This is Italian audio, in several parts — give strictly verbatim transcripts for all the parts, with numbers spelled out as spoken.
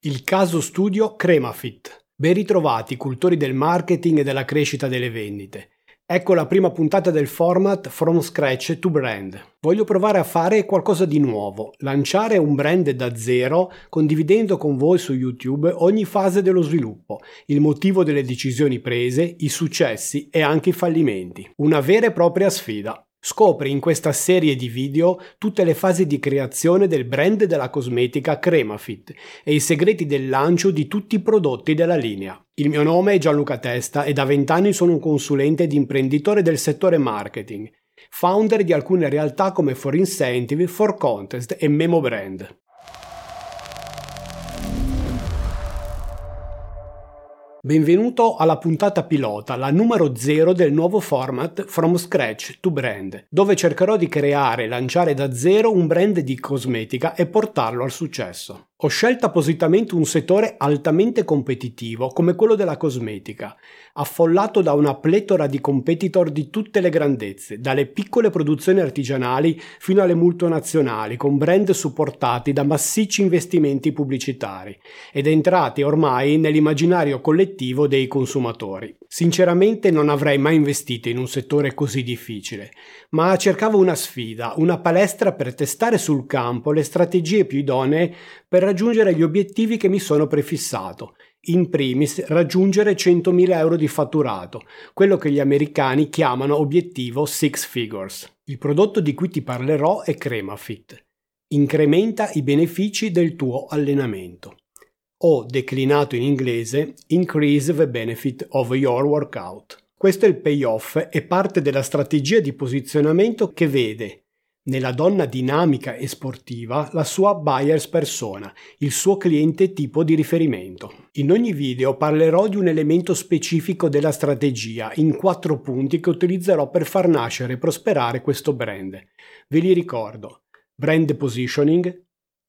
Il caso studio Cremafit. Ben ritrovati, cultori del marketing e della crescita delle vendite. Ecco la prima puntata del format From Scratch to Brand. Voglio provare a fare qualcosa di nuovo, lanciare un brand da zero, condividendo con voi su YouTube ogni fase dello sviluppo, il motivo delle decisioni prese, i successi e anche i fallimenti. Una vera e propria sfida. Scopri in questa serie di video tutte le fasi di creazione del brand della cosmetica Cremafit e i segreti del lancio di tutti i prodotti della linea. Il mio nome è Gianluca Testa e da vent'anni sono un consulente ed imprenditore del settore marketing, founder di alcune realtà come For Incentive, For Contest e Memo Brand. Benvenuto alla puntata pilota, la numero zero del nuovo format From Scratch to Brand, dove cercherò di creare e lanciare da zero un brand di cosmetica e portarlo al successo. Ho scelto appositamente un settore altamente competitivo come quello della cosmetica, affollato da una pletora di competitor di tutte le grandezze, dalle piccole produzioni artigianali fino alle multinazionali, con brand supportati da massicci investimenti pubblicitari ed entrati ormai nell'immaginario collettivo dei consumatori. Sinceramente non avrei mai investito in un settore così difficile, ma cercavo una sfida, una palestra per testare sul campo le strategie più idonee per raggiungere gli obiettivi che mi sono prefissato. In primis, raggiungere centomila euro di fatturato, quello che gli americani chiamano obiettivo six figures. Il prodotto di cui ti parlerò è Cremafit. Incrementa i benefici del tuo allenamento. O, declinato in inglese, Increase the benefit of your workout. Questo è il payoff e parte della strategia di posizionamento che vede nella donna dinamica e sportiva la sua buyers persona, il suo cliente tipo di riferimento. In ogni video parlerò di un elemento specifico della strategia in quattro punti che utilizzerò per far nascere e prosperare questo brand. Ve li ricordo: brand positioning,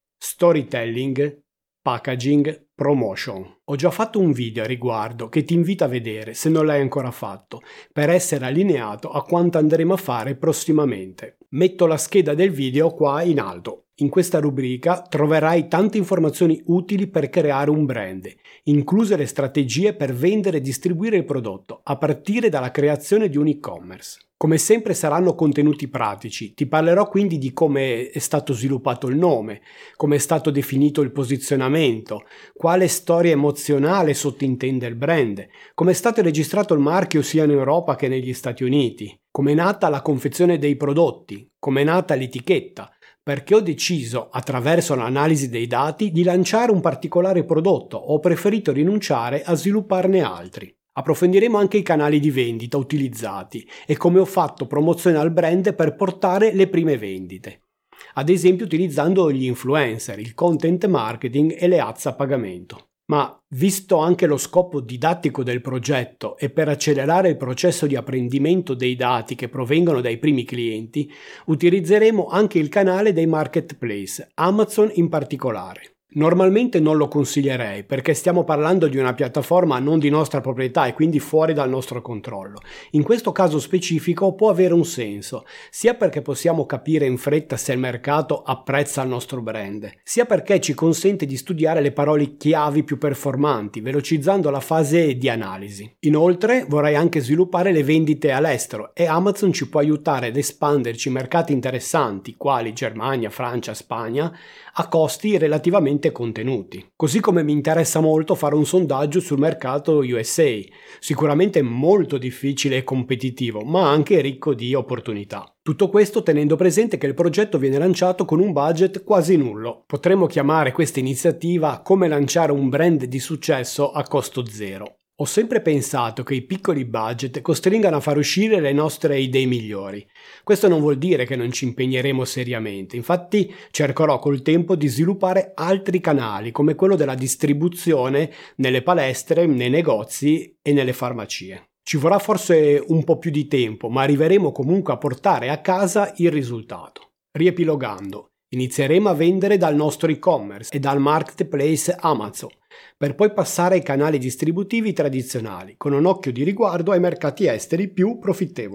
storytelling, packaging, promotion. Ho già fatto un video a riguardo che ti invito a vedere se non l'hai ancora fatto, per essere allineato a quanto andremo a fare prossimamente. Metto la scheda del video qua in alto. In questa rubrica troverai tante informazioni utili per creare un brand, incluse le strategie per vendere e distribuire il prodotto, a partire dalla creazione di un e-commerce. Come sempre saranno contenuti pratici, ti parlerò quindi di come è stato sviluppato il nome, come è stato definito il posizionamento, quale storia emozionale sottintende il brand, come è stato registrato il marchio sia in Europa che negli Stati Uniti, come è nata la confezione dei prodotti, come è nata l'etichetta, perché ho deciso, attraverso l'analisi dei dati, di lanciare un particolare prodotto o ho preferito rinunciare a svilupparne altri. Approfondiremo anche i canali di vendita utilizzati e come ho fatto promozione al brand per portare le prime vendite, ad esempio utilizzando gli influencer, il content marketing e le ads a pagamento. Ma visto anche lo scopo didattico del progetto e per accelerare il processo di apprendimento dei dati che provengono dai primi clienti, utilizzeremo anche il canale dei marketplace, Amazon in particolare. Normalmente non lo consiglierei perché stiamo parlando di una piattaforma non di nostra proprietà e quindi fuori dal nostro controllo. In questo caso specifico può avere un senso, sia perché possiamo capire in fretta se il mercato apprezza il nostro brand, sia perché ci consente di studiare le parole chiavi più performanti, velocizzando la fase di analisi. Inoltre vorrei anche sviluppare le vendite all'estero e Amazon ci può aiutare ad espanderci mercati interessanti quali Germania, Francia, Spagna a costi relativamente contenuti. Così come mi interessa molto fare un sondaggio sul mercato U S A, sicuramente molto difficile e competitivo, ma anche ricco di opportunità. Tutto questo tenendo presente che il progetto viene lanciato con un budget quasi nullo. Potremmo chiamare questa iniziativa come lanciare un brand di successo a costo zero. Ho sempre pensato che i piccoli budget costringano a far uscire le nostre idee migliori. Questo non vuol dire che non ci impegneremo seriamente, infatti cercherò col tempo di sviluppare altri canali come quello della distribuzione nelle palestre, nei negozi e nelle farmacie. Ci vorrà forse un po' più di tempo, ma arriveremo comunque a portare a casa il risultato. Riepilogando, inizieremo a vendere dal nostro e-commerce e dal marketplace Amazon, per poi passare ai canali distributivi tradizionali, con un occhio di riguardo ai mercati esteri più profittevoli.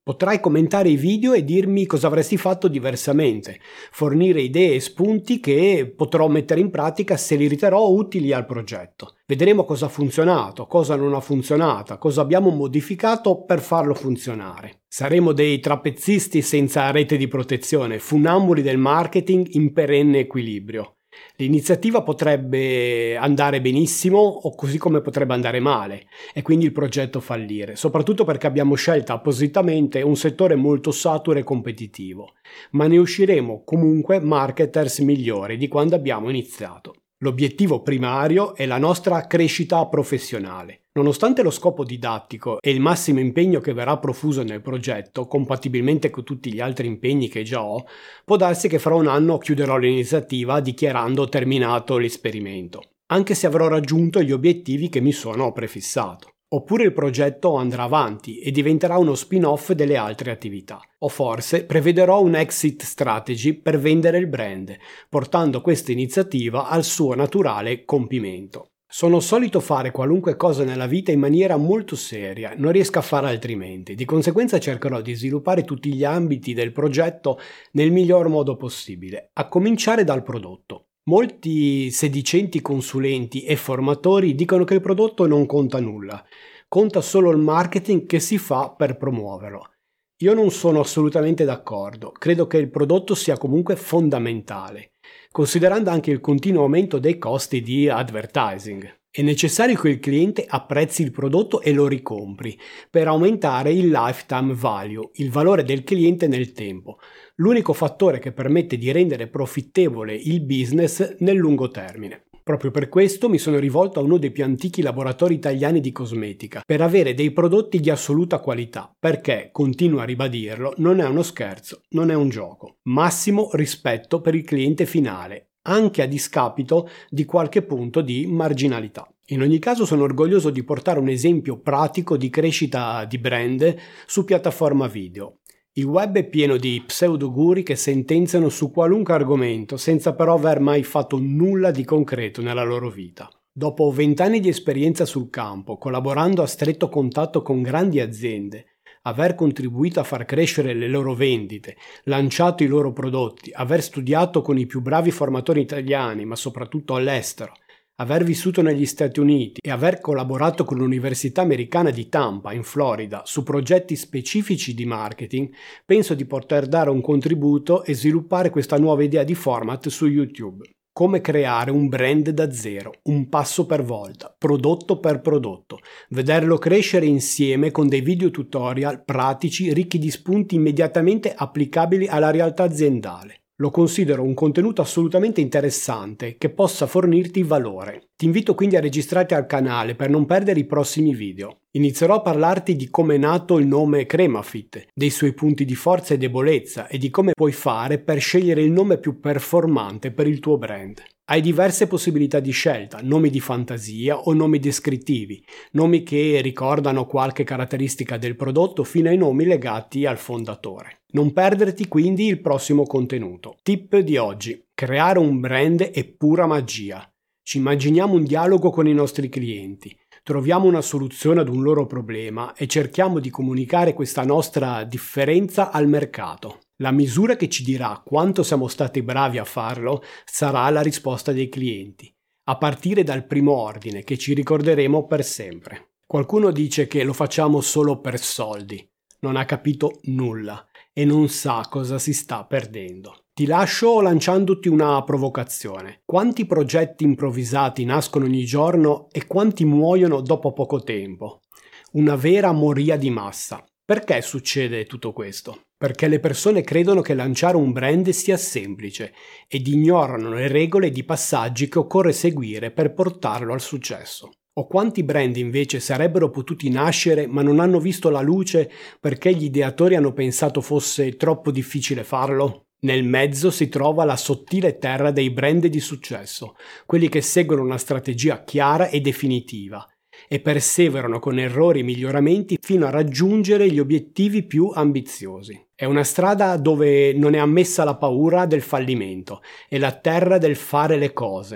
Potrai commentare i video e dirmi cosa avresti fatto diversamente, fornire idee e spunti che potrò mettere in pratica se li riterrò utili al progetto. Vedremo cosa ha funzionato, cosa non ha funzionato, cosa abbiamo modificato per farlo funzionare. Saremo dei trapezzisti senza rete di protezione, funamboli del marketing in perenne equilibrio. L'iniziativa potrebbe andare benissimo o così come potrebbe andare male e quindi il progetto fallire, soprattutto perché abbiamo scelto appositamente un settore molto saturo e competitivo, ma ne usciremo comunque marketers migliori di quando abbiamo iniziato. L'obiettivo primario è la nostra crescita professionale. Nonostante lo scopo didattico e il massimo impegno che verrà profuso nel progetto, compatibilmente con tutti gli altri impegni che già ho, può darsi che fra un anno chiuderò l'iniziativa dichiarando terminato l'esperimento, anche se avrò raggiunto gli obiettivi che mi sono prefissato. Oppure il progetto andrà avanti e diventerà uno spin-off delle altre attività. O forse prevederò un exit strategy per vendere il brand, portando questa iniziativa al suo naturale compimento. Sono solito fare qualunque cosa nella vita in maniera molto seria, non riesco a fare altrimenti, di conseguenza cercherò di sviluppare tutti gli ambiti del progetto nel miglior modo possibile, a cominciare dal prodotto. Molti sedicenti consulenti e formatori dicono che il prodotto non conta nulla, conta solo il marketing che si fa per promuoverlo. Io non sono assolutamente d'accordo, credo che il prodotto sia comunque fondamentale, considerando anche il continuo aumento dei costi di advertising. È necessario che il cliente apprezzi il prodotto e lo ricompri per aumentare il lifetime value, il valore del cliente nel tempo, l'unico fattore che permette di rendere profittevole il business nel lungo termine. Proprio per questo mi sono rivolto a uno dei più antichi laboratori italiani di cosmetica, per avere dei prodotti di assoluta qualità, perché, continuo a ribadirlo, non è uno scherzo, non è un gioco. Massimo rispetto per il cliente finale, anche a discapito di qualche punto di marginalità. In ogni caso sono orgoglioso di portare un esempio pratico di crescita di brand su piattaforma video. Il web è pieno di pseudoguri che sentenziano su qualunque argomento senza però aver mai fatto nulla di concreto nella loro vita. Dopo vent'anni di esperienza sul campo, collaborando a stretto contatto con grandi aziende, aver contribuito a far crescere le loro vendite, lanciato i loro prodotti, aver studiato con i più bravi formatori italiani, ma soprattutto all'estero, aver vissuto negli Stati Uniti e aver collaborato con l'Università Americana di Tampa, in Florida, su progetti specifici di marketing, penso di poter dare un contributo e sviluppare questa nuova idea di format su YouTube. Come creare un brand da zero, un passo per volta, prodotto per prodotto, vederlo crescere insieme con dei video tutorial pratici ricchi di spunti immediatamente applicabili alla realtà aziendale. Lo considero un contenuto assolutamente interessante che possa fornirti valore. Ti invito quindi a registrarti al canale per non perdere i prossimi video. Inizierò a parlarti di come è nato il nome Cremafit, dei suoi punti di forza e debolezza e di come puoi fare per scegliere il nome più performante per il tuo brand. Hai diverse possibilità di scelta, nomi di fantasia o nomi descrittivi, nomi che ricordano qualche caratteristica del prodotto fino ai nomi legati al fondatore. Non perderti quindi il prossimo contenuto. Tip di oggi: creare un brand è pura magia. Ci immaginiamo un dialogo con i nostri clienti, troviamo una soluzione ad un loro problema e cerchiamo di comunicare questa nostra differenza al mercato. La misura che ci dirà quanto siamo stati bravi a farlo sarà la risposta dei clienti, a partire dal primo ordine che ci ricorderemo per sempre. Qualcuno dice che lo facciamo solo per soldi, non ha capito nulla e non sa cosa si sta perdendo. Ti lascio lanciandoti una provocazione. Quanti progetti improvvisati nascono ogni giorno e quanti muoiono dopo poco tempo? Una vera moria di massa. Perché succede tutto questo? Perché le persone credono che lanciare un brand sia semplice ed ignorano le regole di passaggi che occorre seguire per portarlo al successo. O quanti brand invece sarebbero potuti nascere ma non hanno visto la luce perché gli ideatori hanno pensato fosse troppo difficile farlo? Nel mezzo si trova la sottile terra dei brand di successo, quelli che seguono una strategia chiara e definitiva e perseverano con errori e miglioramenti fino a raggiungere gli obiettivi più ambiziosi. È una strada dove non è ammessa la paura del fallimento, è la terra del fare le cose.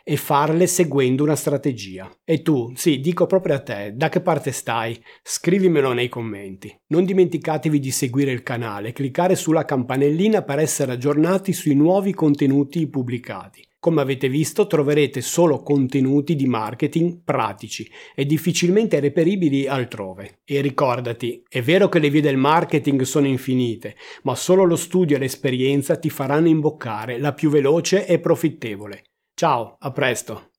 e farle seguendo una strategia. E tu, sì, dico proprio a te, da che parte stai? Scrivimelo nei commenti. Non dimenticatevi di seguire il canale e cliccare sulla campanellina per essere aggiornati sui nuovi contenuti pubblicati. Come avete visto, troverete solo contenuti di marketing pratici e difficilmente reperibili altrove. E ricordati, è vero che le vie del marketing sono infinite, ma solo lo studio e l'esperienza ti faranno imboccare la più veloce e profittevole. Ciao, a presto!